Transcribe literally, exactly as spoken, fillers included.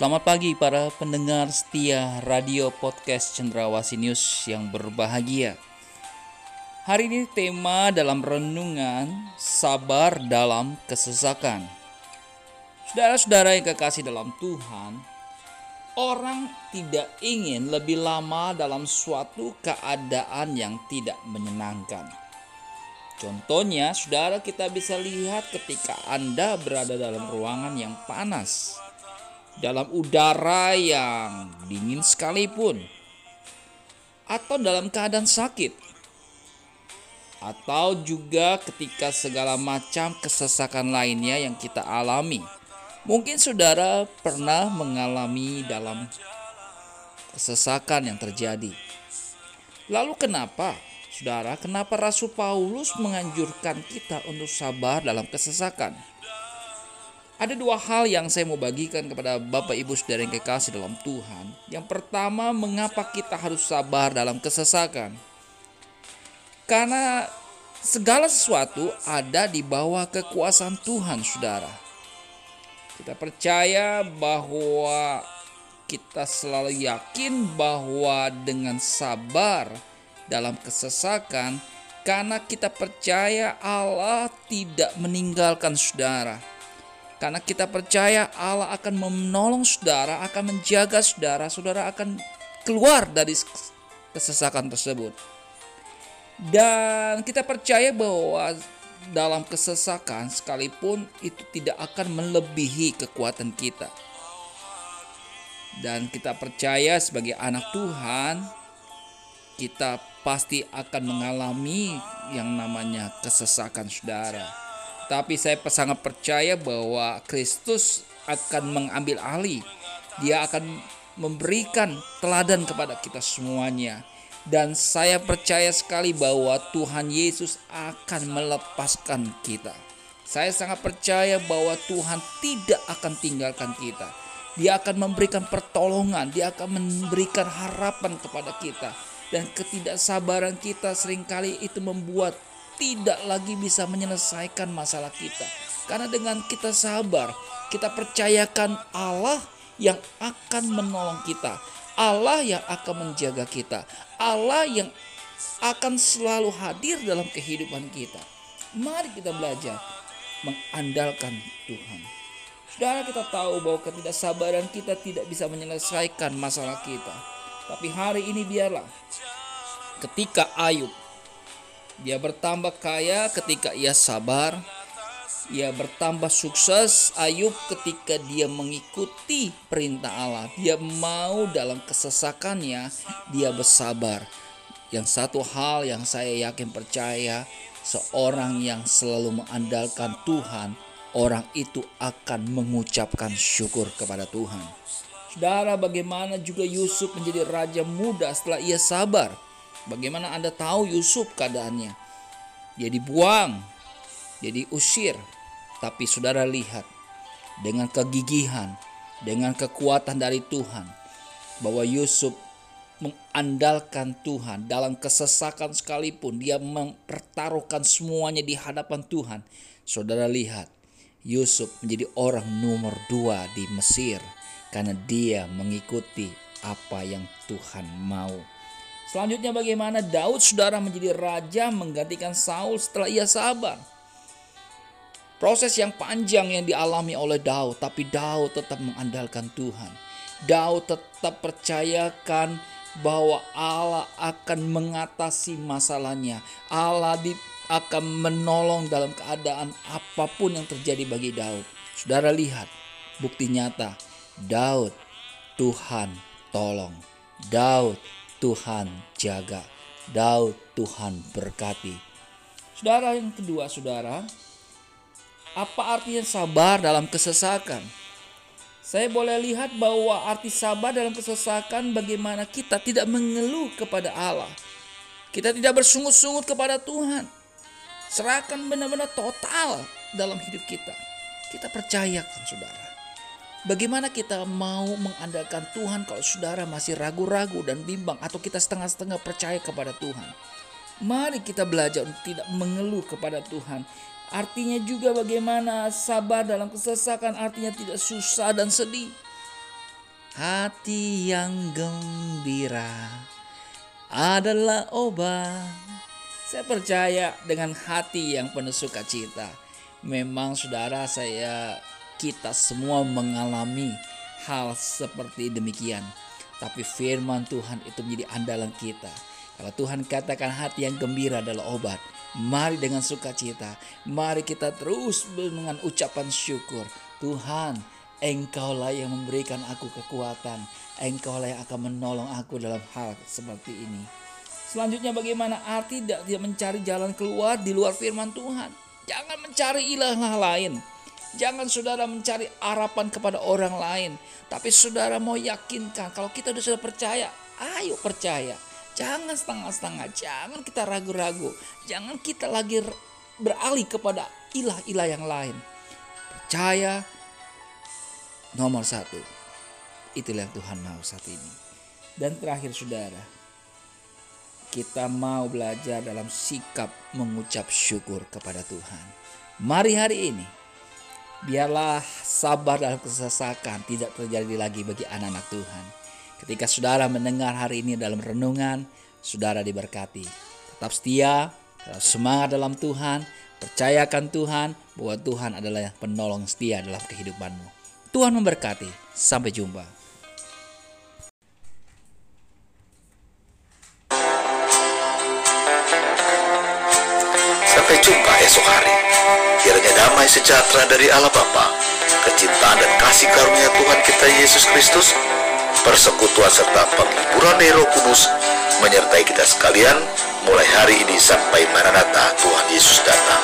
Selamat pagi para pendengar setia radio podcast Cendrawasih News yang berbahagia. Hari ini tema dalam renungan sabar dalam kesesakan. Saudara-saudara yang kekasih dalam Tuhan, orang tidak ingin lebih lama dalam suatu keadaan yang tidak menyenangkan. Contohnya, saudara, kita bisa lihat ketika Anda berada dalam ruangan yang panas, dalam udara yang dingin sekalipun, atau dalam keadaan sakit, atau juga ketika segala macam kesesakan lainnya yang kita alami. Mungkin saudara pernah mengalami dalam kesesakan yang terjadi. Lalu kenapa, saudara, kenapa Rasul Paulus menganjurkan kita untuk sabar dalam kesesakan? Ada dua hal yang saya mau bagikan kepada Bapak Ibu Saudara yang kekasih dalam Tuhan. Yang pertama, mengapa kita harus sabar dalam kesesakan? Karena segala sesuatu ada di bawah kekuasaan Tuhan, saudara. Kita percaya bahwa kita selalu yakin bahwa dengan sabar dalam kesesakan, karena kita percaya Allah tidak meninggalkan saudara. Karena kita percaya Allah akan menolong saudara, akan menjaga saudara, saudara akan keluar dari kesesakan tersebut. Dan kita percaya bahwa dalam kesesakan sekalipun itu tidak akan melebihi kekuatan kita. Dan kita percaya sebagai anak Tuhan, kita pasti akan mengalami yang namanya kesesakan, saudara. Tapi saya sangat percaya bahwa Kristus akan mengambil alih. Dia akan memberikan teladan kepada kita semuanya. Dan saya percaya sekali bahwa Tuhan Yesus akan melepaskan kita. Saya sangat percaya bahwa Tuhan tidak akan tinggalkan kita. Dia akan memberikan pertolongan. Dia akan memberikan harapan kepada kita. Dan ketidaksabaran kita seringkali itu membuat tidak lagi bisa menyelesaikan masalah kita. Karena dengan kita sabar, kita percayakan Allah yang akan menolong kita, Allah yang akan menjaga kita, Allah yang akan selalu hadir dalam kehidupan kita. Mari kita belajar mengandalkan Tuhan. Saudara, kita tahu bahwa ketidaksabaran kita tidak bisa menyelesaikan masalah kita. Tapi hari ini biarlah ketika Ayub, dia bertambah kaya ketika ia sabar. Ia bertambah sukses, Ayub, ketika dia mengikuti perintah Allah. Dia mau dalam kesesakannya, dia bersabar. Yang satu hal yang saya yakin percaya, seorang yang selalu mengandalkan Tuhan, orang itu akan mengucapkan syukur kepada Tuhan. Saudara, bagaimana juga Yusuf menjadi raja muda setelah ia sabar? Bagaimana Anda tahu Yusuf keadaannya? Dia dibuang, dia diusir. Tapi saudara lihat, dengan kegigihan, dengan kekuatan dari Tuhan, bahwa Yusuf mengandalkan Tuhan dalam kesesakan sekalipun. Dia mempertaruhkan semuanya di hadapan Tuhan. Saudara lihat, Yusuf menjadi orang nomor dua di Mesir karena dia mengikuti apa yang Tuhan mau. Selanjutnya bagaimana Daud, saudara, menjadi raja menggantikan Saul setelah ia sabar. Proses yang panjang yang dialami oleh Daud, tapi Daud tetap mengandalkan Tuhan. Daud tetap percayakan bahwa Allah akan mengatasi masalahnya. Allah di, akan menolong dalam keadaan apapun yang terjadi bagi Daud. Saudara lihat, bukti nyata, Daud, Tuhan tolong. Daud, Tuhan jaga. Daud, Tuhan berkati. Saudara, yang kedua, saudara, apa artinya sabar dalam kesesakan? Saya boleh lihat bahwa arti sabar dalam kesesakan bagaimana kita tidak mengeluh kepada Allah. Kita tidak bersungut-sungut kepada Tuhan. Serahkan benar-benar total dalam hidup kita. Kita percayakan, saudara. Bagaimana kita mau mengandalkan Tuhan kalau saudara masih ragu-ragu dan bimbang, atau kita setengah-setengah percaya kepada Tuhan? Mari kita belajar untuk tidak mengeluh kepada Tuhan. Artinya juga bagaimana sabar dalam kesesakan, artinya tidak susah dan sedih. Hati yang gembira adalah obat. Saya percaya dengan hati yang penuh sukacita. Memang saudara, saya kita semua mengalami hal seperti demikian. Tapi firman Tuhan itu menjadi andalan kita. Kalau Tuhan katakan hati yang gembira adalah obat, mari dengan sukacita, mari kita terus dengan ucapan syukur. Tuhan, Engkaulah yang memberikan aku kekuatan, Engkaulah yang akan menolong aku dalam hal seperti ini. Selanjutnya, bagaimana arti tidak, tidak mencari jalan keluar di luar firman Tuhan? Jangan mencari ilah lain. Jangan saudara mencari harapan kepada orang lain. Tapi saudara mau yakinkan, kalau kita sudah percaya, ayo percaya. Jangan setengah-setengah, jangan kita ragu-ragu. Jangan kita lagi beralih kepada ilah-ilah yang lain. Percaya nomor satu. Itulah yang Tuhan mau saat ini. Dan terakhir saudara, kita mau belajar dalam sikap mengucap syukur kepada Tuhan. Mari hari ini, biarlah sabar dalam kesesakan tidak terjadi lagi bagi anak-anak Tuhan. Ketika saudara mendengar hari ini dalam renungan, saudara diberkati. Tetap setia, tetap semangat dalam Tuhan, percayakan Tuhan bahwa Tuhan adalah penolong setia dalam kehidupanmu. Tuhan memberkati. Sampai jumpa. Sampai jumpa esok hari. Kiranya damai sejahtera dari Allah Bapa, kecintaan dan kasih karunia Tuhan kita Yesus Kristus, persekutuan serta penghiburan Roh Kudus menyertai kita sekalian mulai hari ini sampai Maranatha Tuhan Yesus datang.